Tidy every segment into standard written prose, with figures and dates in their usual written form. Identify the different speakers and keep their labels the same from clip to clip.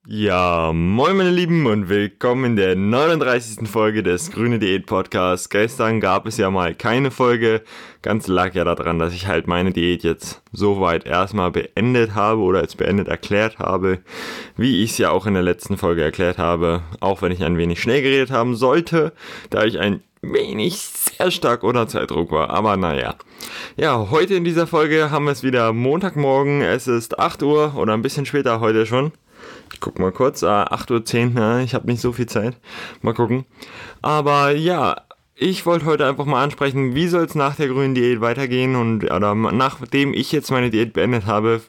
Speaker 1: Ja, moin meine Lieben und willkommen in der 39. Folge des Grüne Diät Podcasts. Gestern gab es ja mal keine Folge, ganz lag ja daran, dass ich halt meine Diät jetzt soweit erstmal beendet habe oder als beendet erklärt habe, wie ich es ja auch in der letzten Folge erklärt habe, auch wenn ich ein wenig schnell geredet haben sollte, da ich ein wenig sehr stark unter Zeitdruck war, aber naja. Ja, heute in dieser Folge haben wir es wieder Montagmorgen, es ist 8 Uhr oder ein bisschen später heute schon. Ich guck mal kurz, 8:10 Uhr, ich habe nicht so viel Zeit. Mal gucken. Aber ja, ich wollte heute einfach mal ansprechen, wie soll es nach der grünen Diät weitergehen oder nachdem ich jetzt meine Diät beendet habe,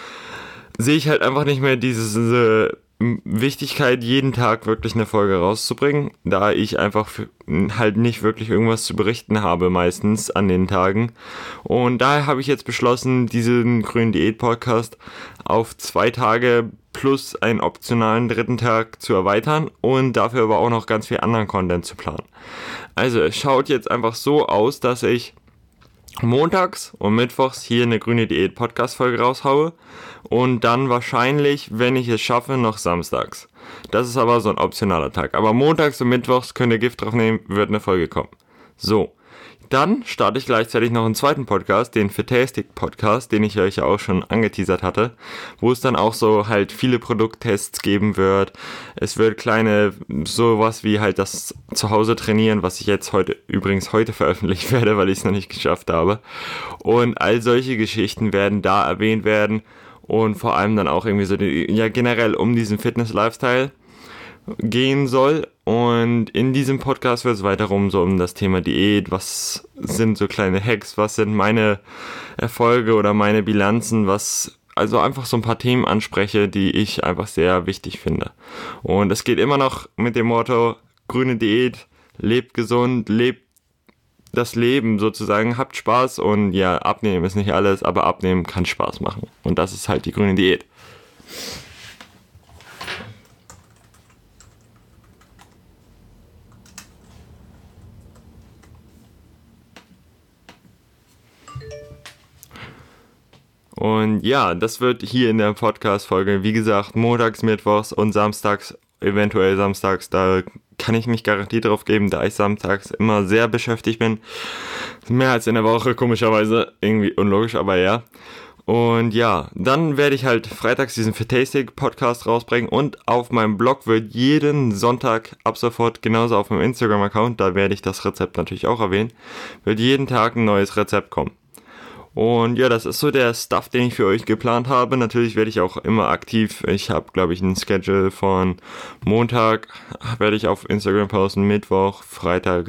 Speaker 1: sehe ich halt einfach nicht mehr diese Wichtigkeit, jeden Tag wirklich eine Folge rauszubringen, da ich einfach halt nicht wirklich irgendwas zu berichten habe meistens an den Tagen. Und daher habe ich jetzt beschlossen, diesen grünen Diät-Podcast auf 2 Tage plus einen optionalen 3. Tag zu erweitern und dafür aber auch noch ganz viel anderen Content zu planen. Also es schaut jetzt einfach so aus, dass ich montags und mittwochs hier eine grüne Diät Podcast Folge raushaue und dann wahrscheinlich, wenn ich es schaffe, noch samstags. Das ist aber so ein optionaler Tag. Aber montags und mittwochs könnt ihr Gift drauf nehmen, wird eine Folge kommen. So. Dann starte ich gleichzeitig noch einen zweiten Podcast, den Fitastic Podcast, den ich euch ja auch schon angeteasert hatte, wo es dann auch so halt viele Produkttests geben wird. Es wird kleine, sowas wie halt das Zuhause trainieren, was ich jetzt übrigens heute veröffentlichen werde, weil ich es noch nicht geschafft habe. Und all solche Geschichten werden da erwähnt werden und vor allem dann auch irgendwie so generell um diesen Fitness-Lifestyle gehen soll. Und in diesem Podcast wird es weiterum so um das Thema Diät, was sind so kleine Hacks, was sind meine Erfolge oder meine Bilanzen, also einfach so ein paar Themen anspreche, die ich einfach sehr wichtig finde. Und es geht immer noch mit dem Motto, grüne Diät, lebt gesund, lebt das Leben sozusagen, habt Spaß und ja, abnehmen ist nicht alles, aber abnehmen kann Spaß machen. Und das ist halt die grüne Diät. Und ja, das wird hier in der Podcast-Folge, wie gesagt, montags, mittwochs und samstags, eventuell samstags, da kann ich mich garantiert drauf geben, da ich samstags immer sehr beschäftigt bin. Mehr als in der Woche, komischerweise, irgendwie unlogisch, aber ja. Und ja, dann werde ich halt freitags diesen Fitastic Podcast rausbringen und auf meinem Blog wird jeden Sonntag ab sofort, genauso auf meinem Instagram-Account, da werde ich das Rezept natürlich auch erwähnen, wird jeden Tag ein neues Rezept kommen. Und ja, das ist so der Stuff, den ich für euch geplant habe. Natürlich werde ich auch immer aktiv. Ich habe, glaube ich, ein Schedule von Montag werde ich auf Instagram posten, Mittwoch, Freitag,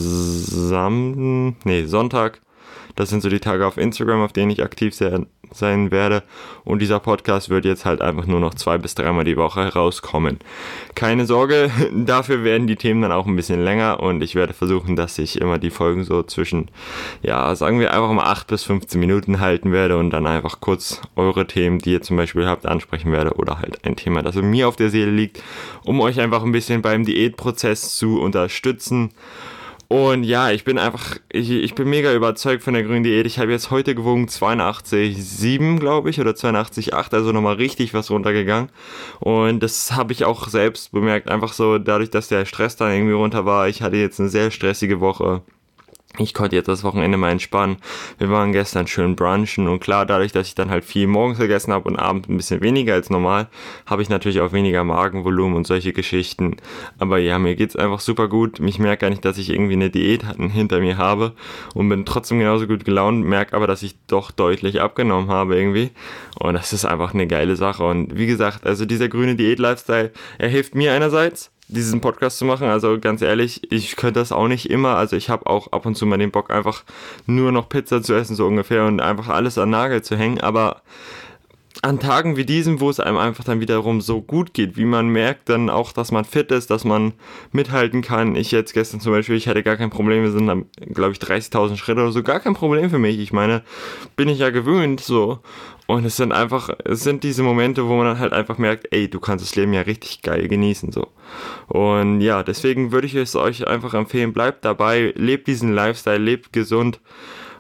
Speaker 1: Sonntag. Das sind so die Tage auf Instagram, auf denen ich aktiv sein werde. Und dieser Podcast wird jetzt halt einfach nur noch 2 bis 3 Mal die Woche herauskommen. Keine Sorge, dafür werden die Themen dann auch ein bisschen länger und ich werde versuchen, dass ich immer die Folgen so zwischen, ja, sagen wir einfach mal 8 bis 15 Minuten halten werde und dann einfach kurz eure Themen, die ihr zum Beispiel habt, ansprechen werde oder halt ein Thema, das mir auf der Seele liegt, um euch einfach ein bisschen beim Diätprozess zu unterstützen. Und ja, ich bin mega überzeugt von der grünen Diät. Ich habe jetzt heute gewogen 82,7, glaube ich, oder 82,8, also nochmal richtig was runtergegangen. Und das habe ich auch selbst bemerkt, einfach so dadurch, dass der Stress dann irgendwie runter war. Ich hatte jetzt eine sehr stressige Woche. Ich konnte jetzt das Wochenende mal entspannen. Wir waren gestern schön brunchen und klar, dadurch, dass ich dann halt viel morgens gegessen habe und abends ein bisschen weniger als normal, habe ich natürlich auch weniger Magenvolumen und solche Geschichten. Aber ja, mir geht's einfach super gut. Ich merke gar nicht, dass ich irgendwie eine Diät hinter mir habe und bin trotzdem genauso gut gelaunt, merke aber, dass ich doch deutlich abgenommen habe irgendwie. Und das ist einfach eine geile Sache. Und wie gesagt, also dieser grüne Diät-Lifestyle, er hilft mir einerseits, diesen Podcast zu machen, also ganz ehrlich, ich könnte das auch nicht immer, also ich habe auch ab und zu mal den Bock, einfach nur noch Pizza zu essen, so ungefähr, und einfach alles an den Nagel zu hängen, aber an Tagen wie diesem, wo es einem einfach dann wiederum so gut geht, wie man merkt dann auch, dass man fit ist, dass man mithalten kann. Ich jetzt gestern zum Beispiel, ich hatte gar kein Problem, wir sind dann, glaube ich, 30.000 Schritte oder so, gar kein Problem für mich. Ich meine, bin ich ja gewöhnt, so. Und es sind diese Momente, wo man dann halt einfach merkt, ey, du kannst das Leben ja richtig geil genießen, so. Und ja, deswegen würde ich es euch einfach empfehlen, bleibt dabei, lebt diesen Lifestyle, lebt gesund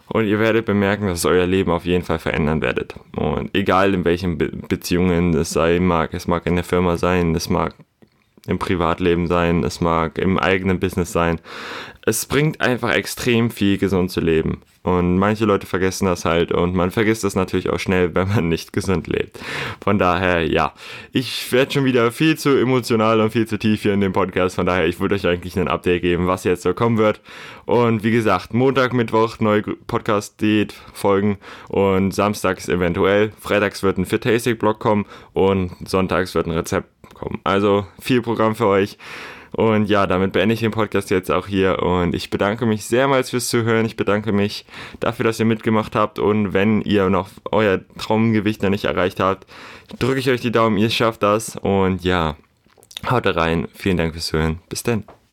Speaker 1: Und ihr werdet bemerken, dass es euer Leben auf jeden Fall verändern werdet. Und egal in welchen Beziehungen es sein mag, es mag in der Firma sein, es mag im Privatleben sein, es mag im eigenen Business sein. Es bringt einfach extrem viel, gesund zu leben. Und manche Leute vergessen das halt und man vergisst das natürlich auch schnell, wenn man nicht gesund lebt. Von daher, ja, ich werde schon wieder viel zu emotional und viel zu tief hier in dem Podcast. Von daher, ich würde euch eigentlich ein Update geben, was jetzt so kommen wird. Und wie gesagt, Montag, Mittwoch neue Podcast-Diät-Folgen und samstags eventuell. Freitags wird ein Fit-Tasting-Blog kommen und sonntags wird ein Rezept kommen. Also viel Programm für euch. Und ja, damit beende ich den Podcast jetzt auch hier und ich bedanke mich sehr fürs Zuhören. Ich bedanke mich dafür, dass ihr mitgemacht habt und wenn ihr noch euer Traumgewicht noch nicht erreicht habt, drücke ich euch die Daumen, ihr schafft das und ja, haut rein. Vielen Dank fürs Zuhören. Bis dann.